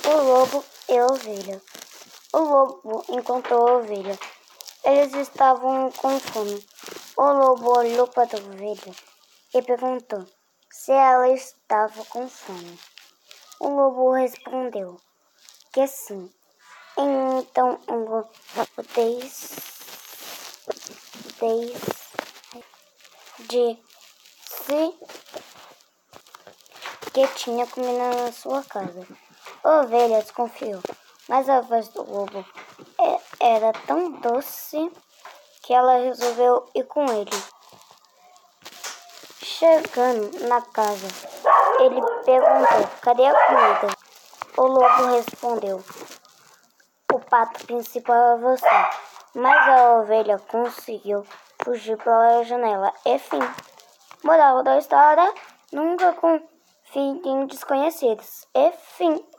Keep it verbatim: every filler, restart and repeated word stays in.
O lobo e a ovelha. O lobo encontrou a ovelha. Eles estavam com fome. O lobo olhou para a ovelha e perguntou se ela estava com fome. O lobo respondeu que sim. Então o lobo disse que tinha comida na sua casa. A ovelha desconfiou, mas a voz do lobo era tão doce que ela resolveu ir com ele. Chegando na casa, ele perguntou: cadê a comida? O lobo respondeu: o pato principal é você. Mas a ovelha conseguiu fugir pela janela. E fim. Moral da história: nunca confie em desconhecidos. E fim.